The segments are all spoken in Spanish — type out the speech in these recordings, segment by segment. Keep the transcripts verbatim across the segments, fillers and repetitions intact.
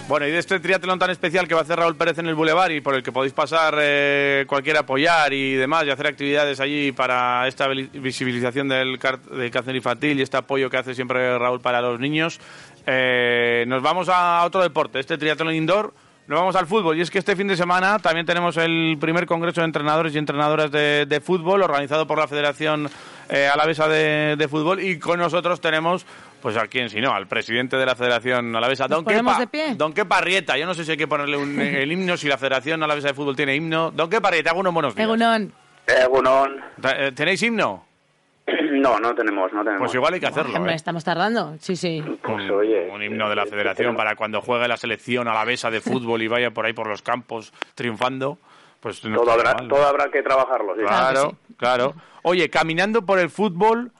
Bueno, y de este triatlón tan especial que va a hacer Raúl Pérez en el Boulevard y por el que podéis pasar eh, cualquiera apoyar y demás y hacer actividades allí para esta visibilización del, car- del cáncer infantil y este apoyo que hace siempre Raúl para los niños, eh, nos vamos a otro deporte, este triatlón indoor. Nos vamos al fútbol, y es que este fin de semana también tenemos el primer congreso de entrenadores y entrenadoras de, de fútbol, organizado por la Federación eh, Alavesa de, de Fútbol, y con nosotros tenemos, pues a quién si no, al presidente de la Federación Alavesa, Don Kepa, Don Kepa Arrieta. Yo no sé si hay que ponerle un, el himno, si la Federación Alavesa de Fútbol tiene himno. Don Kepa Arrieta, algunos buenos días. Egunon. Egunon. ¿Tenéis himno? No, no tenemos, no tenemos. Pues igual hay que hacerlo. Hombre, ¿eh? Estamos tardando, sí, sí. Pues un, oye, un himno de la Federación para cuando juegue la selección alavesa de fútbol y vaya por ahí por los campos triunfando. Pues no todo, habrá, mal, ¿no? todo habrá que trabajarlo. Sí. Claro, sí. claro. Oye, caminando por el fútbol,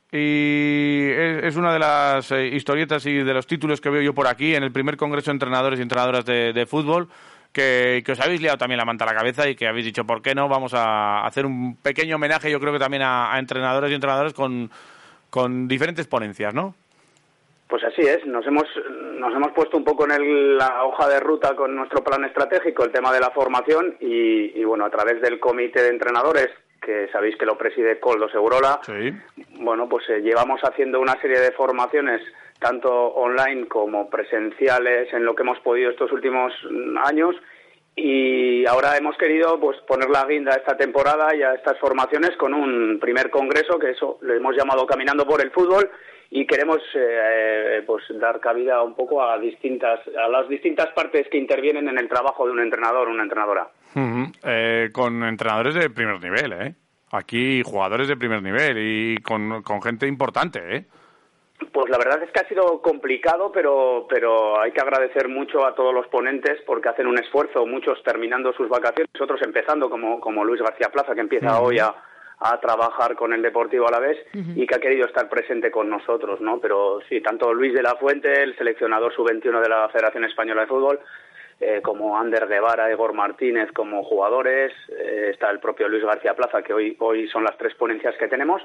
y es, es una de las eh, historietas y de los títulos que veo yo por aquí en el primer Congreso de Entrenadores y Entrenadoras de, de Fútbol, que, que os habéis liado también la manta a la cabeza y que habéis dicho, ¿por qué no? Vamos a hacer un pequeño homenaje, yo creo que también a, a entrenadores y entrenadoras con, con diferentes ponencias, ¿no? Pues así es, nos hemos nos hemos puesto un poco en el, la hoja de ruta con nuestro plan estratégico, el tema de la formación y, y bueno, a través del comité de entrenadores, que sabéis que lo preside Koldo Segurola, Sí. bueno, pues eh, llevamos haciendo una serie de formaciones, tanto online como presenciales, en lo que hemos podido estos últimos años, y ahora hemos querido pues poner la guinda a esta temporada y a estas formaciones con un primer congreso, que eso lo hemos llamado Caminando por el Fútbol, y queremos eh, pues dar cabida un poco a distintas a las distintas partes que intervienen en el trabajo de un entrenador o una entrenadora. Uh-huh. Eh, con entrenadores de primer nivel, ¿eh? Aquí jugadores de primer nivel y con, con gente importante, ¿eh? Pues la verdad es que ha sido complicado, pero pero hay que agradecer mucho a todos los ponentes porque hacen un esfuerzo, muchos terminando sus vacaciones, otros empezando, como, como Luis García Plaza, que empieza uh-huh. hoy a, a trabajar con el Deportivo Alavés uh-huh. y que ha querido estar presente con nosotros, ¿no? Pero sí, tanto Luis de la Fuente, el seleccionador sub veintiuno de la Federación Española de Fútbol, eh, como Ander Guevara, Igor Martínez como jugadores, eh, está el propio Luis García Plaza, que hoy, hoy son las tres ponencias que tenemos.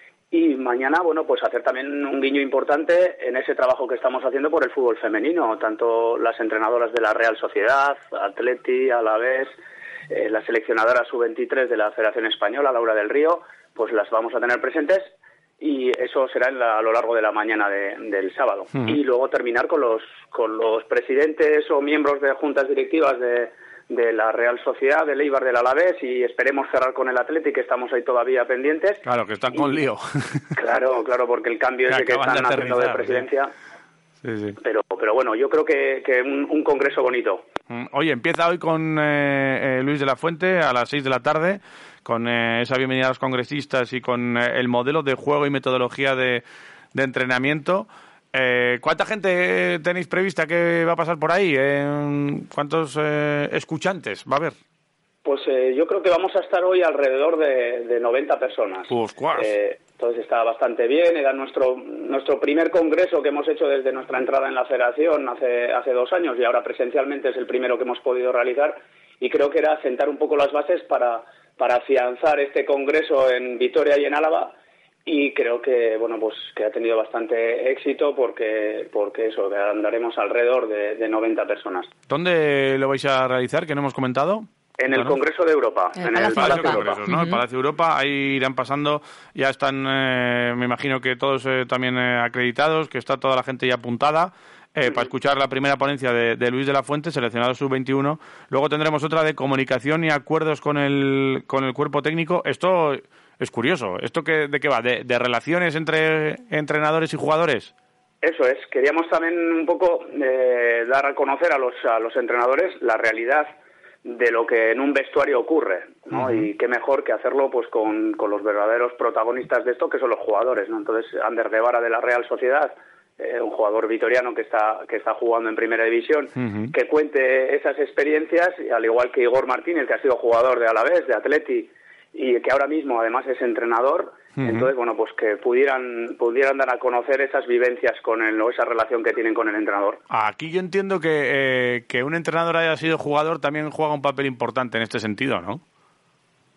Y mañana, bueno, pues hacer también un guiño importante en ese trabajo que estamos haciendo por el fútbol femenino, tanto las entrenadoras de la Real Sociedad, Atleti, Alavés, eh, la seleccionadora sub veintitrés de la Federación Española, Laura del Río, pues las vamos a tener presentes y eso será en la, a lo largo de la mañana de, del sábado. Uh-huh. Y luego terminar con los, con los presidentes o miembros de juntas directivas de... de la Real Sociedad, del Eibar, del Alavés, y esperemos cerrar con el Atleti, que estamos ahí todavía pendientes. Claro, que están con y, lío. Claro, claro, porque el cambio es de que están de haciendo de presidencia. Sí, sí. Pero, pero bueno, yo creo que, que un, un congreso bonito. Oye, empieza hoy con eh, eh, Luis de la Fuente a las seis de la tarde, con eh, esa bienvenida a los congresistas y con eh, el modelo de juego y metodología de, de entrenamiento. Eh, ¿Cuánta gente tenéis prevista que va a pasar por ahí? Eh, ¿Cuántos eh, escuchantes va a haber? Pues eh, yo creo que vamos a estar hoy alrededor de, de noventa personas. Pues, eh, entonces está bastante bien. Era nuestro nuestro primer congreso que hemos hecho desde nuestra entrada en la federación hace hace dos años y ahora presencialmente es el primero que hemos podido realizar. Y creo que era sentar un poco las bases para, para afianzar este congreso en Vitoria y en Álava. Y creo que bueno pues que ha tenido bastante éxito porque porque eso andaremos alrededor de, de noventa personas. ¿Dónde lo vais a realizar? ¿Que no hemos comentado? En el Congreso de Europa, el en Palacio el Palacio Europa. de Europa, Congresos, ¿no? Uh-huh. El Palacio de Europa, ahí irán pasando, ya están, eh, me imagino que todos eh, también eh, acreditados, que está toda la gente ya apuntada. Eh, uh-huh. Para escuchar la primera ponencia de, de Luis de la Fuente, seleccionado sub veintiuno. Luego tendremos otra de comunicación y acuerdos con el con el cuerpo técnico. Esto es curioso. ¿Esto qué, de qué va? ¿De, de relaciones entre entrenadores y jugadores? Eso es. Queríamos también un poco eh, dar a conocer a los a los entrenadores la realidad de lo que en un vestuario ocurre, ¿no? Uh-huh. Y qué mejor que hacerlo pues con, con los verdaderos protagonistas de esto, que son los jugadores, ¿no? Entonces, Ander Guevara de la Real Sociedad, eh, un jugador vitoriano que está que está jugando en Primera División, uh-huh. que cuente esas experiencias, al igual que Igor Martínez, que ha sido jugador de Alavés, de Atleti, y que ahora mismo además es entrenador. Uh-huh. Entonces, bueno, pues que pudieran pudieran dar a conocer esas vivencias con él, o esa relación que tienen con el entrenador. Aquí yo entiendo que, eh, que un entrenador haya sido jugador también juega un papel importante en este sentido, ¿no?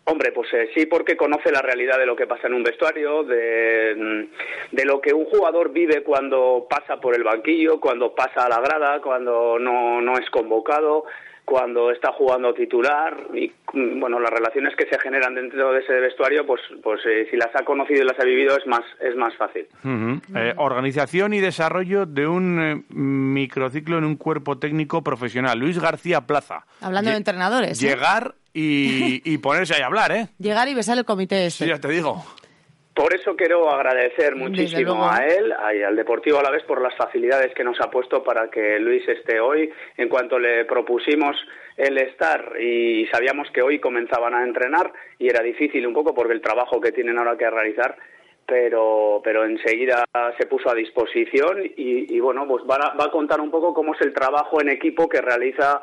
Hombre, pues eh, sí, porque conoce la realidad de lo que pasa en un vestuario, de, de lo que un jugador vive cuando pasa por el banquillo, cuando pasa a la grada, cuando no, no es convocado, cuando está jugando titular, y bueno, las relaciones que se generan dentro de ese vestuario, pues, pues eh, si las ha conocido y las ha vivido es más, es más fácil. Uh-huh. Eh, organización y desarrollo de un eh, microciclo en un cuerpo técnico profesional. Luis García Plaza. Hablando Lle- de entrenadores. Llegar ¿eh? y, y ponerse ahí a hablar, ¿eh? Llegar y besar el comité este. Sí, ya te digo. Por eso quiero agradecer muchísimo a él y al Deportivo Alavés por las facilidades que nos ha puesto para que Luis esté hoy. En cuanto le propusimos el estar y sabíamos que hoy comenzaban a entrenar y era difícil un poco por el trabajo que tienen ahora que realizar, pero pero enseguida se puso a disposición y, y bueno, pues va a, va a contar un poco cómo es el trabajo en equipo que realiza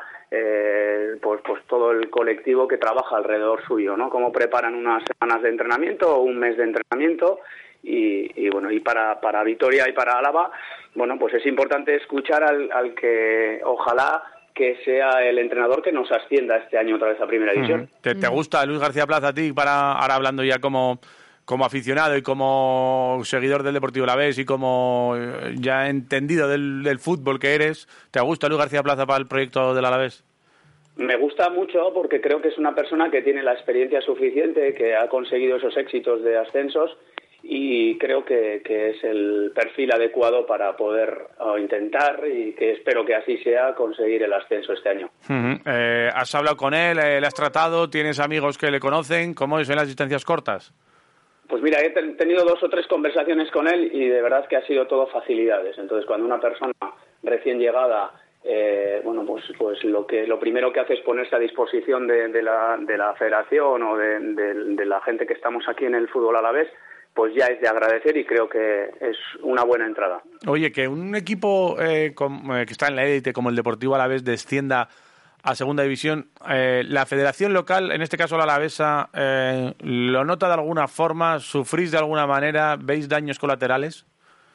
eh, pues pues todo el colectivo que trabaja alrededor suyo, ¿no? Cómo preparan unas semanas de entrenamiento o un mes de entrenamiento y, y bueno, y para para Vitoria y para Álava, bueno, pues es importante escuchar al, al que ojalá que sea el entrenador que nos ascienda este año otra vez a Primera División. Uh-huh. ¿Te, te gusta Luis García Plaza a ti, para ahora hablando ya como como aficionado y como seguidor del Deportivo Alavés y como ya entendido del, del fútbol que eres, ¿te gusta Luis García Plaza para el proyecto del Alavés? Me gusta mucho porque creo que es una persona que tiene la experiencia suficiente, que ha conseguido esos éxitos de ascensos y creo que, que es el perfil adecuado para poder uh, intentar, y que espero que así sea, conseguir el ascenso este año. Uh-huh. Eh, ¿Has hablado con él? Eh, ¿Le has tratado? ¿Tienes amigos que le conocen? ¿Cómo es en las distancias cortas? Pues mira, he tenido dos o tres conversaciones con él y de verdad que ha sido todo facilidades. Entonces, cuando una persona recién llegada, eh, bueno, pues pues lo que lo primero que hace es ponerse a disposición de, de, la, de la federación o de, de, de la gente que estamos aquí en el fútbol alavés, pues ya es de agradecer y creo que es una buena entrada. Oye, que un equipo eh, com, eh, que está en la élite como el Deportivo Alavés descienda a segunda división, eh, la federación local, en este caso la alavesa, eh, ¿lo nota de alguna forma? ¿Sufrís de alguna manera? ¿Veis daños colaterales?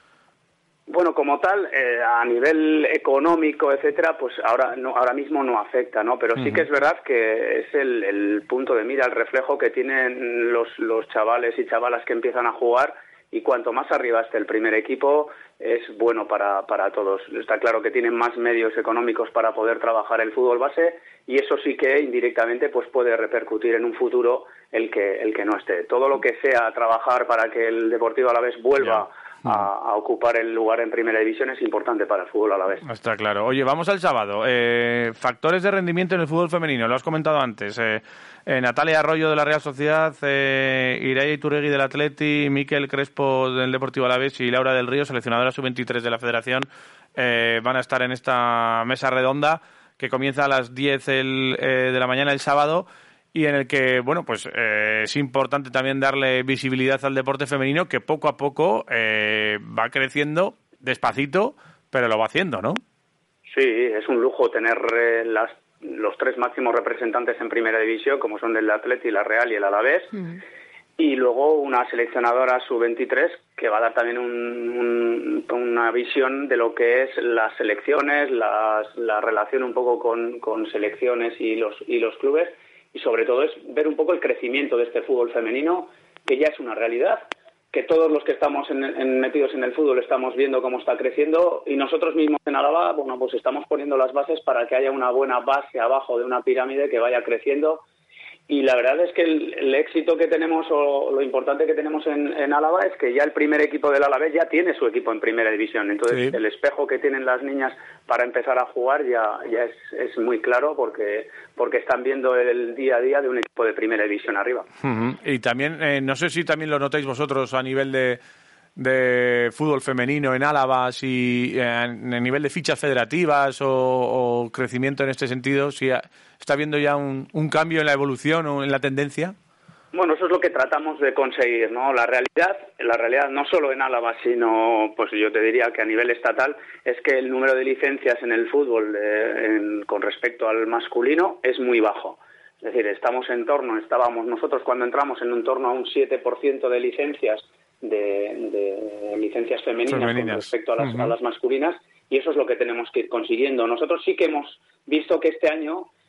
Bueno, como tal, eh, a nivel económico, etcétera, pues ahora no, ahora mismo no afecta, ¿no? Pero sí uh-huh. que es verdad que es el, el punto de mira, el reflejo que tienen los, los chavales y chavalas que empiezan a jugar, y cuanto más arriba esté el primer equipo, es bueno para, para todos. Está claro que tienen más medios económicos para poder trabajar el fútbol base, y eso sí que indirectamente pues puede repercutir en un futuro el que el que no esté. Todo lo que sea trabajar para que el Deportivo Alavés vuelva yeah. a, a ocupar el lugar en Primera División es importante para el fútbol alavés. Está claro. Oye, vamos al sábado. Eh, factores de rendimiento en el fútbol femenino, lo has comentado antes. Eh, eh, Natalia Arroyo de la Real Sociedad, eh, Ireia Iturregui del Atleti, Miquel Crespo del Deportivo Alavés y Laura del Río, seleccionadora sub veintitrés de la Federación, eh, van a estar en esta mesa redonda que comienza a las diez el, eh, de la mañana el sábado, y en el que, bueno, pues eh, es importante también darle visibilidad al deporte femenino, que poco a poco eh, va creciendo despacito, pero lo va haciendo, ¿no? Sí, es un lujo tener eh, las, los tres máximos representantes en Primera División, como son el Atleti, la Real y el Alavés, mm. y luego una seleccionadora sub veintitrés que va a dar también un, un, una visión de lo que es las selecciones, las, la relación un poco con, con selecciones y los, y los clubes, y sobre todo es ver un poco el crecimiento de este fútbol femenino, que ya es una realidad, que todos los que estamos en, en, metidos en el fútbol estamos viendo cómo está creciendo, y nosotros mismos en Álava, bueno, pues estamos poniendo las bases para que haya una buena base abajo de una pirámide que vaya creciendo. Y la verdad es que el, el éxito que tenemos, o lo importante que tenemos en, en Álava, es que ya el primer equipo del Alavés ya tiene su equipo en Primera División. Entonces, sí. el espejo que tienen las niñas para empezar a jugar ya, ya es, es muy claro, porque porque están viendo el día a día de un equipo de Primera División arriba. Uh-huh. Y también, eh, no sé si también lo notáis vosotros a nivel de, de fútbol femenino en Álava, si eh, a nivel de fichas federativas o, o crecimiento en este sentido, si ha, está habiendo ya un, un cambio en la evolución o en la tendencia. Bueno, eso es lo que tratamos de conseguir, ¿no? La realidad, la realidad no solo en Álava, sino, pues yo te diría que a nivel estatal, es que el número de licencias en el fútbol eh, en, con respecto al masculino es muy bajo. Es decir, estamos en torno, estábamos nosotros cuando entramos en un torno a un siete por ciento de licencias de, de licencias femeninas, femeninas con respecto a las, uh-huh. a las masculinas, y eso es lo que tenemos que ir consiguiendo. Nosotros sí que hemos visto que este año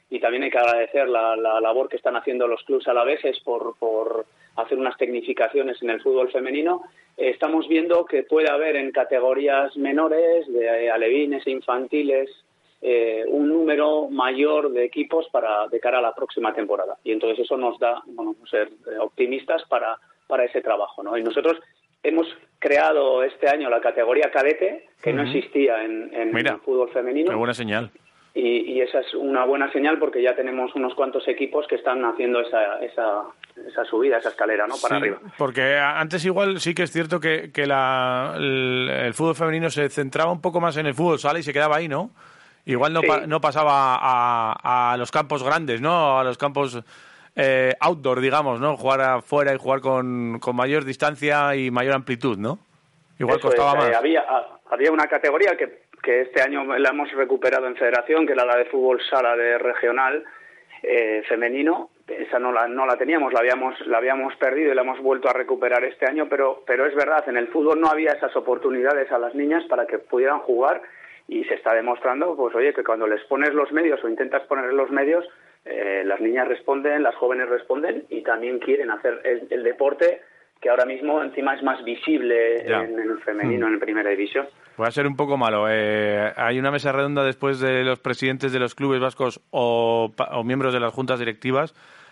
y también hay que agradecer la, la labor que están haciendo los clubes alaveses por, por hacer unas tecnificaciones en el fútbol femenino. Eh, estamos viendo que puede haber en categorías menores, de alevines e infantiles, eh, un número mayor de equipos para de cara a la próxima temporada. Y entonces eso nos da, bueno, ser optimistas para, para ese trabajo, ¿no? Y nosotros hemos creado este año la categoría cadete, que uh-huh. no existía en, en Mira, el fútbol femenino. Qué buena señal. Y, y esa es una buena señal porque ya tenemos unos cuantos equipos que están haciendo esa, esa, esa subida, esa escalera, ¿no? Para sí, arriba. Porque antes igual sí que es cierto que, que la, el, el fútbol femenino se centraba un poco más en el fútbol sala y se quedaba ahí, ¿no? Igual no, sí. pa, no pasaba a, a los campos grandes, ¿no? A los campos eh, outdoor, digamos, ¿no? Jugar afuera y jugar con, con mayor distancia y mayor amplitud, ¿no? Igual Eso costaba es, más. Eh, había, había una categoría que, que este año la hemos recuperado en federación, que era la de fútbol sala de regional eh, femenino. Esa no la, no la teníamos, la habíamos, la habíamos perdido y la hemos vuelto a recuperar este año, pero, pero es verdad, en el fútbol no había esas oportunidades a las niñas para que pudieran jugar. Y se está demostrando, pues oye, que cuando les pones los medios o intentas poner los medios, eh, las niñas responden, las jóvenes responden y también quieren hacer el, el deporte, que ahora mismo encima es más visible en, en el femenino, mm. en Primera División. Voy a ser un poco malo. Eh, hay una mesa redonda después de los presidentes de los clubes vascos o, o miembros de las juntas directivas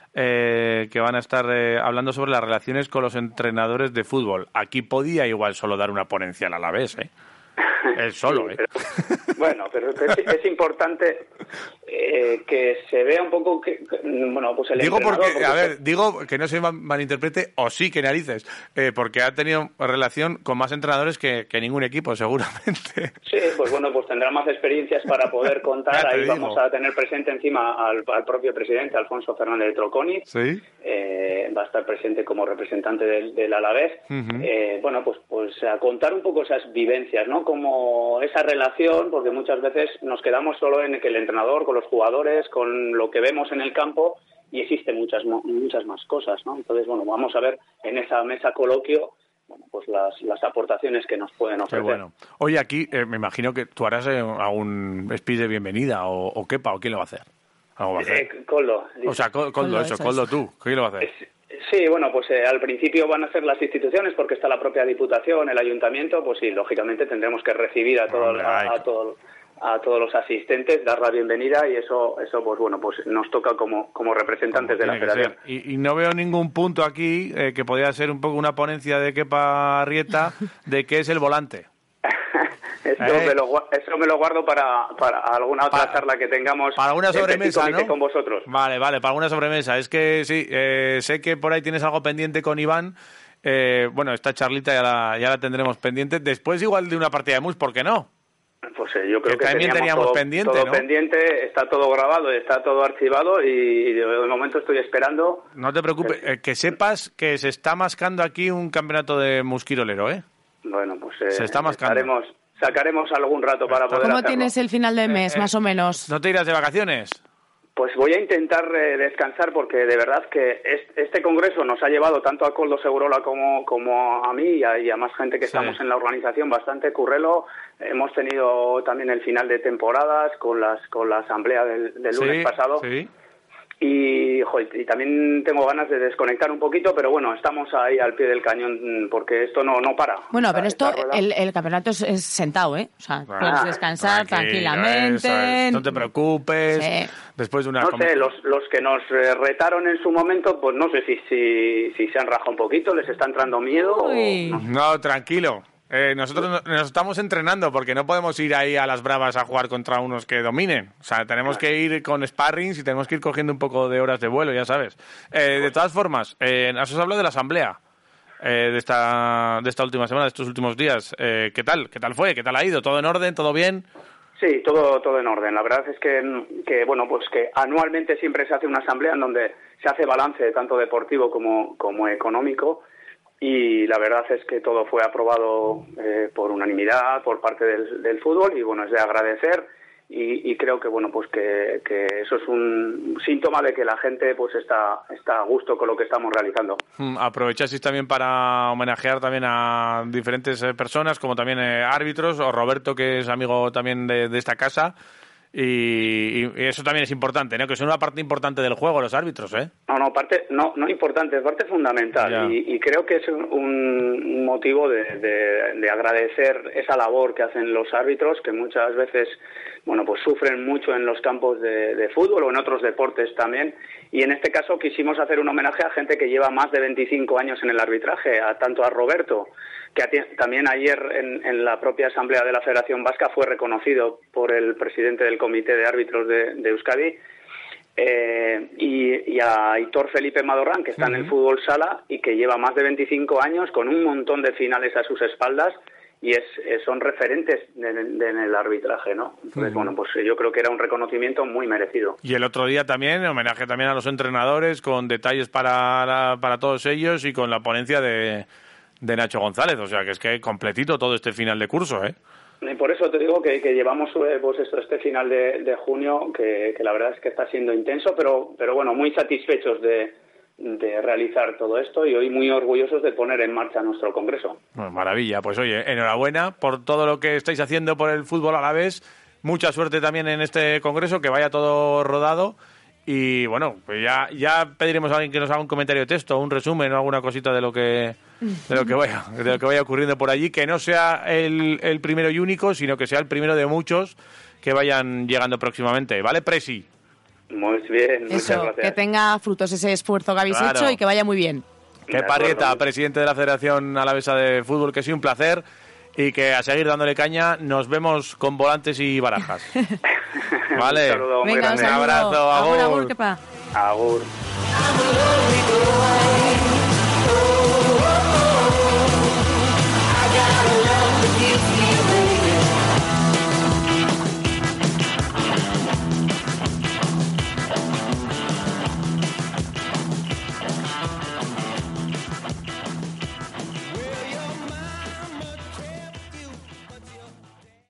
eh, que van a estar eh, hablando sobre las relaciones con los entrenadores de fútbol. Aquí podía igual solo dar una ponencia a la vez, ¿eh? Él solo, sí, ¿eh? Pero, bueno, pero es, es importante eh, que se vea un poco que, que bueno, pues el digo porque, porque a ver, digo que no se malinterprete, o sí que narices, eh, porque ha tenido relación con más entrenadores que, que ningún equipo, seguramente. Sí, pues bueno, pues tendrá más experiencias para poder contar. Ahí digo. Vamos a tener presente encima al, al propio presidente, Alfonso Fernández de Troconi. Sí. Eh, va a estar presente como representante del, del Alavés. Uh-huh. Eh, bueno, pues, pues a contar un poco esas vivencias, ¿no? Como esa relación, porque muchas veces nos quedamos solo en que el entrenador, con los jugadores, con lo que vemos en el campo, y existen muchas muchas más cosas, ¿no? Entonces, bueno, vamos a ver en esa mesa coloquio, bueno, pues las, las aportaciones que nos pueden ofrecer. Qué bueno. Oye, aquí eh, me imagino que tú harás eh, algún speech de bienvenida, o, o Kepa, o quién lo va a hacer. ¿Algo va a hacer? Eh, Coldo. O sea, Coldo, Coldo eso, eso, Coldo tú. ¿Quién lo va a hacer? Es, Sí, bueno, pues eh, al principio van a ser las instituciones porque está la propia Diputación, el Ayuntamiento, pues sí, lógicamente tendremos que recibir a, todo, a, a, todo, a todos los asistentes, dar la bienvenida y eso, eso pues bueno, pues nos toca como, como representantes de la Federación. Y, y no veo ningún punto aquí eh, que podría ser un poco una ponencia de Kepa Arrieta de qué es el volante. Eso, eh. me lo, eso me lo guardo para, para alguna otra para, charla que tengamos. Para una sobremesa, ¿no? Con vosotros. Vale, vale, para una sobremesa. Es que sí, eh, sé que por ahí tienes algo pendiente con Iván. Eh, bueno, esta charlita ya la, ya la tendremos pendiente. Después igual de una partida de mus, ¿por qué no? Pues eh, yo creo que, que también teníamos todo, pendiente, todo ¿no? pendiente, está todo grabado, está todo archivado y, y de momento estoy esperando. No te preocupes, eh, que sepas que se está mascando aquí un campeonato de musquirolero, ¿eh? Bueno, pues eh, se está mascando. Estaremos... Sacaremos algún rato para poder ¿Cómo hacerlo. tienes el final de mes, eh, más o menos? ¿No te irás de vacaciones? Pues voy a intentar eh, descansar porque de verdad que este, este congreso nos ha llevado tanto a Coldo Segurola como, como a mí y a, y a más gente que sí. Estamos en la organización bastante currelo. Hemos tenido también el final de temporadas con las con la asamblea del, del lunes sí, pasado. Sí. Y, joder, y también tengo ganas de desconectar un poquito, pero bueno, estamos ahí al pie del cañón porque esto no, no para. Bueno, pero esto, el, el campeonato es, es sentado, ¿eh? O sea, ah, puedes descansar tranquilamente. No te preocupes. Sí. Después de una... No sé, los, los que nos retaron en su momento, pues no sé si, si, si se han rajado un poquito, les está entrando miedo. O no. no, tranquilo. Eh, nosotros nos estamos entrenando porque no podemos ir ahí a las bravas a jugar contra unos que dominen. O sea, tenemos que ir con sparrings y tenemos que ir cogiendo un poco de horas de vuelo, ya sabes. Eh, de todas formas, eh, has hablado de la asamblea eh, de esta de esta última semana, de estos últimos días. Eh, ¿Qué tal? ¿Qué tal fue? ¿Qué tal ha ido? ¿Todo en orden? ¿Todo bien? Sí, todo todo en orden. La verdad es que, que bueno, pues que anualmente siempre se hace una asamblea en donde se hace balance tanto deportivo como, como económico. Y la verdad es que todo fue aprobado eh, por unanimidad por parte del, del fútbol y bueno, es de agradecer y, y creo que bueno, pues que, que eso es un síntoma de que la gente pues está está a gusto con lo que estamos realizando. Aprovechasteis también para homenajear también a diferentes personas como también eh, árbitros o Roberto, que es amigo también de, de esta casa. Y, y eso también es importante, ¿no? Que son una parte importante del juego los árbitros, ¿eh? No, no, parte, no, no importante, es parte fundamental. Y, y creo que es un, un motivo de, de, de agradecer esa labor que hacen los árbitros, que muchas veces, bueno, pues sufren mucho en los campos de, de fútbol o en otros deportes también. Y en este caso quisimos hacer un homenaje a gente que lleva más de veinticinco años en el arbitraje, a tanto a Roberto, que a, también ayer en, en la propia Asamblea de la Federación Vasca fue reconocido por el presidente del Comité de Árbitros de, de Euskadi, eh, y, y a Aitor Felipe Madorrán, que está uh-huh. en el fútbol sala y que lleva más de veinticinco años con un montón de finales a sus espaldas, y es, son referentes de, de, en el arbitraje, ¿no? Entonces, uh-huh. bueno, pues yo creo que era un reconocimiento muy merecido. Y el otro día también, homenaje también a los entrenadores, con detalles para, para todos ellos y con la ponencia de, de Nacho González, o sea que es que completito todo este final de curso, ¿eh? Y por eso te digo que, que llevamos pues esto, este final de, de junio, que, que la verdad es que está siendo intenso, pero, pero bueno, muy satisfechos de, de realizar todo esto y hoy muy orgullosos de poner en marcha nuestro congreso. Bueno, maravilla, pues oye, enhorabuena por todo lo que estáis haciendo por el fútbol alavés, mucha suerte también en este congreso, que vaya todo rodado. Y bueno, pues ya, ya pediremos a alguien que nos haga un comentario de texto, un resumen o alguna cosita de lo que de lo que vaya, de lo que vaya ocurriendo por allí, que no sea el, el primero y único, sino que sea el primero de muchos que vayan llegando próximamente. ¿Vale, Presi? Muy bien, muchas Eso, gracias. Que tenga frutos ese esfuerzo que habéis claro. hecho y que vaya muy bien. Que Parrieta, presidente de la Federación Alavesa de Fútbol, que sí, un placer. Y que a seguir dándole caña, nos vemos con volantes y barajas. Vale. Un saludo muy Venga, grande. un, un abrazo, agur. agur. Agur, agur, que pa. Agur.